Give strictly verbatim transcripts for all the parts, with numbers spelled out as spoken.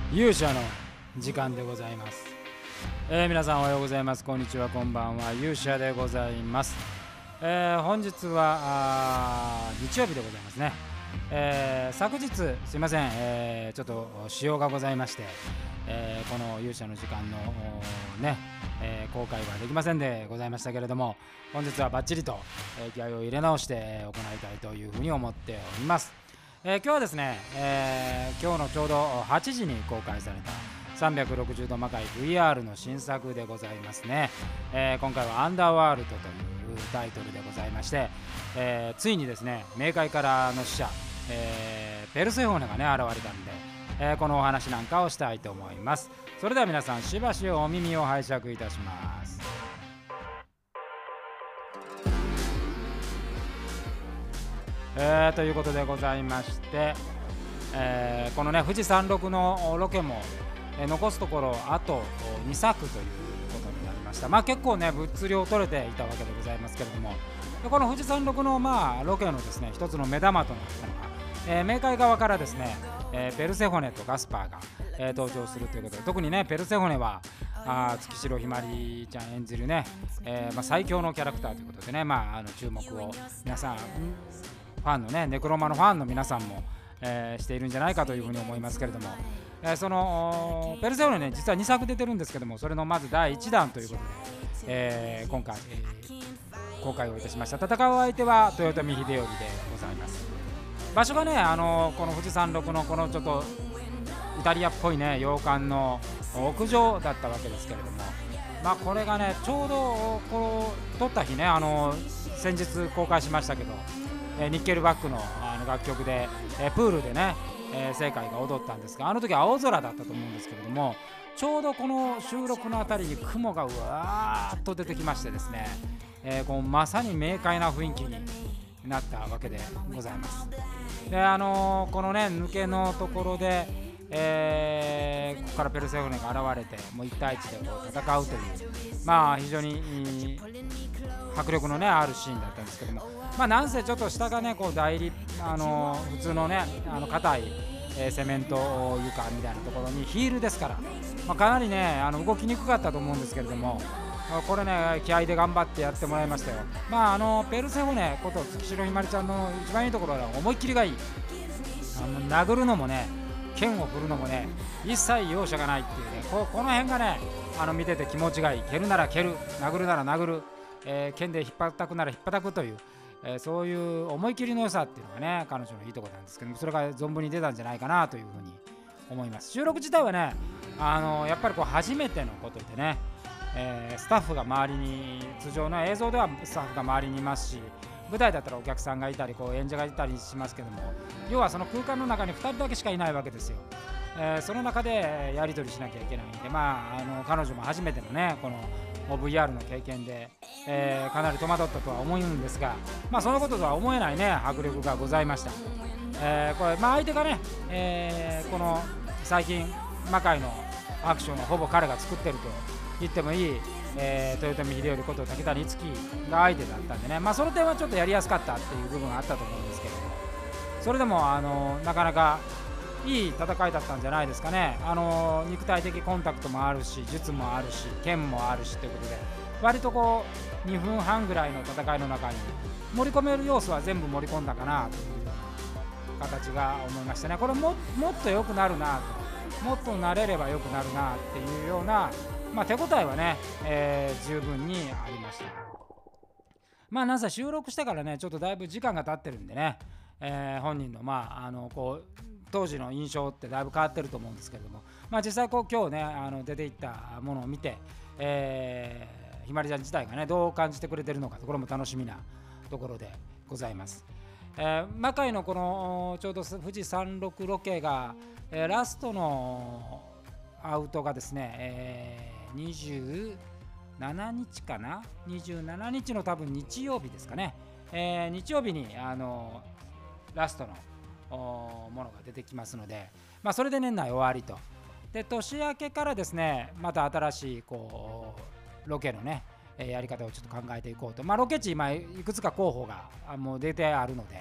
勇者の時間でございます。えー、皆さんおはようございます。こんにちは、こんばんは。勇者でございます。えー、本日は日曜日でございますね。えー、昨日すいません、えー、ちょっと使用がございまして、えー、この勇者の時間のね、えー、公開はできませんでございましたけれども、本日はバッチリと、えー、気合を入れ直して行いたいというふうに思っております。えー、今日はですね、えー、今日のちょうどはちじに公開されたさんびゃくろくじゅうど魔界 ブイアール の新作でございますね。えー、今回はアンダーワールドというタイトルでございまして、えー、ついにですね、冥界からの使者、えー、ペルセフォネがね現れたんで、えー、このお話なんかをしたいと思います。それでは皆さんしばしお耳を拝借いたします。えー、ということでございまして、えー、このね富士山麓のロケも、えー、残すところあとにさくということになりました。まあ結構ね物量取れていたわけでございますけれども、この富士山麓のまあロケのですね一つの目玉となったのが、えー、冥界側からですね、えー、ペルセフォネとガスパーが、えー、登場するということで、特にねペルセフォネはあ月城ひまりちゃん演じるね、えーまあ、最強のキャラクターということでね、まあ、あの注目を皆さんファンのねネクロマのファンの皆さんも、えー、しているんじゃないかというふうに思いますけれども、えー、そのペルセフォネね実はにさく出てるんですけども、それのまずだいいちだんということで、えー、今回、えー、公開をいたしました。戦う相手は豊臣秀頼でございます。場所がね、あのー、この富士山麓のこのちょっとイタリアっぽいね洋館の屋上だったわけですけれども、まあこれがねちょうどこう撮った日ね、あのー、先日公開しましたけど、えー、ニッケルバック の, あの楽曲で、えー、プールでね、えー、聖海が踊ったんですが、あの時は青空だったと思うんですけれども、ちょうどこの収録のあたりに雲がうわーっと出てきましてですね、えー、こうまさに明快な雰囲気になったわけでございます。で、あのー、このね抜けのところで、えー、ここからペルセフォネが現れてもういち対いちでこう戦うという、まあ非常に迫力のねあるシーンだったんですけども、まあなんせちょっと下がねこう大理、あのー、普通のねあの硬い、えー、セメント床みたいなところにヒールですから、まあ、かなりねあの動きにくかったと思うんですけれども、これね気合で頑張ってやってもらいましたよ。まああのペルセフォネこと月城ひまりちゃんの一番いいところは思いっきりがいい。あの殴るのもね剣を振るのもね一切容赦がないっていうね、 こ, この辺がねあの見てて気持ちがいい。蹴るなら蹴る、殴るなら殴る、えー、剣で引っ叩くなら引っ叩くという、えー、そういう思い切りの良さっていうのがね彼女のいいところなんですけども、それが存分に出たんじゃないかなというふうに思います。収録自体はねあのやっぱりこう初めてのことでね、えー、スタッフが周りに、通常の映像ではスタッフが周りにいますし、舞台だったらお客さんがいたりこう演者がいたりしますけども、要はその空間の中にふたりだけしかいないわけですよ。えー、その中でやり取りしなきゃいけないんで、まあ、あの彼女も初めてのねこの ブイアール の経験で、えー、かなり戸惑ったとは思うんですが、まあそのこととは思えないね迫力がございました。えー、これまあ相手がね、えー、この最近魔界のアクションはほぼ彼が作ってると言ってもいい、えー、豊臣秀頼こと武田光希が相手だったんでね、まあその点はちょっとやりやすかったっていう部分があったと思うんですけれども、それでもあのなかなかいい戦いだったんじゃないですかね。あの肉体的コンタクトもあるし、術もあるし、剣もあるしということで、割とこうにふんはんぐらいの戦いの中に盛り込める要素は全部盛り込んだかなという形が思いましたね。これ も, もっと良くなるなと、もっと慣れれば良くなるなっていうような、まあ、手応えはね、えー、十分にありました。まあなんせ収録してからねちょっとだいぶ時間が経ってるんでね、えー、本人のまああのこう当時の印象ってだいぶ変わってると思うんですけれども、まあ実際こう今日ねあの出ていったものを見て、えー、ひまりちゃん自体がねどう感じてくれてるのか、これも楽しみなところでございます。えー、魔界のこのちょうど富士山麓ロケが、えー、ラストのアウトがですね、えー、にじゅうしちにちかな、にじゅうしちにちの多分日曜日ですかね、えー、日曜日にあのラストのものが出てきますので、まあ、それで年内終わりと。で年明けからですねまた新しいこうロケのねやり方をちょっと考えていこうと。まあロケ地今いくつか候補がもう出てあるので、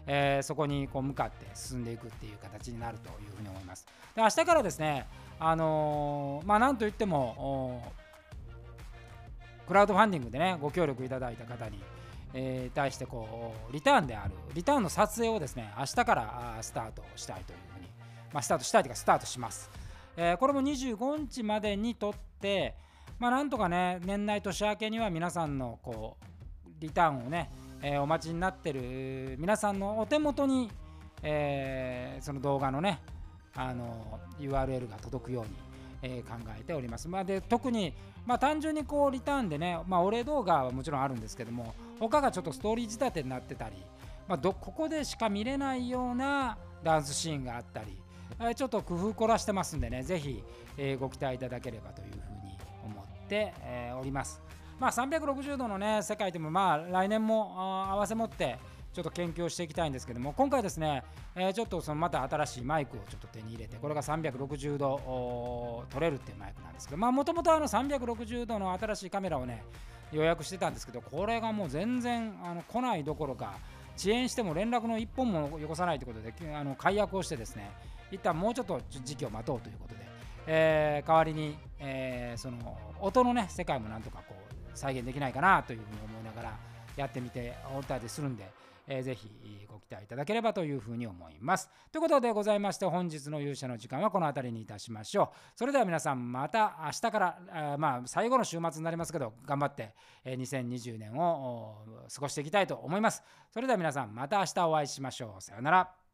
えー、そこにこう向かって進んでいくっていう形になるというふうに思います。で、明日からですね、あのー、まあなんといってもクラウドファンディングでねご協力いただいた方に、えー、対してこうリターンであるリターンの撮影をですね明日からスタートしたいというふうに、まあ、スタートしたいというかスタートします。えー、これもにじゅうごにちまでにとって、まあ、なんとかね年内年明けには皆さんのこうリターンをね、えー、お待ちになってる皆さんのお手元に、えー、その動画のねあの ユーアールエル が届くように、えー、考えております。まあ、で特に、まあ、単純にこうリターンでね、まあ、お礼動画はもちろんあるんですけども、他がちょっとストーリー仕立てになってたり、まあ、どここでしか見れないようなダンスシーンがあったり、えー、ちょっと工夫凝らしてますんでね、ぜひ、えー、ご期待いただければというふうに思って、えー、おります。まあ、さんびゃくろくじゅうどの、ね、世界でも、まあ、来年も合わせ持ってちょっと研究をしていきたいんですけども、今回ですね、えー、ちょっとそのまた新しいマイクをちょっと手に入れて、これがさんびゃくろくじゅうど撮れるっていうマイクなんですけど、まあもともとあのさんびゃくろくじゅうどの新しいカメラをね予約してたんですけど、これがもう全然あの来ないどころか遅延しても連絡のいっぽんもよこさないということで、あの解約をしてですね、一旦もうちょっと時期を待とうということで、えー、代わりに、えー、その音のね世界もなんとかこう再現できないかなというふうに思いながらやってみておったりするんで、えー、ぜひご期待いただければというふうに思います。ということでございまして、本日の勇者の時間はこの辺りにいたしましょう。それでは皆さんまた明日から、あまあ最後の週末になりますけど頑張って、えー、にせんにじゅうねんを過ごしていきたいと思います。それでは皆さんまた明日お会いしましょう。さようなら。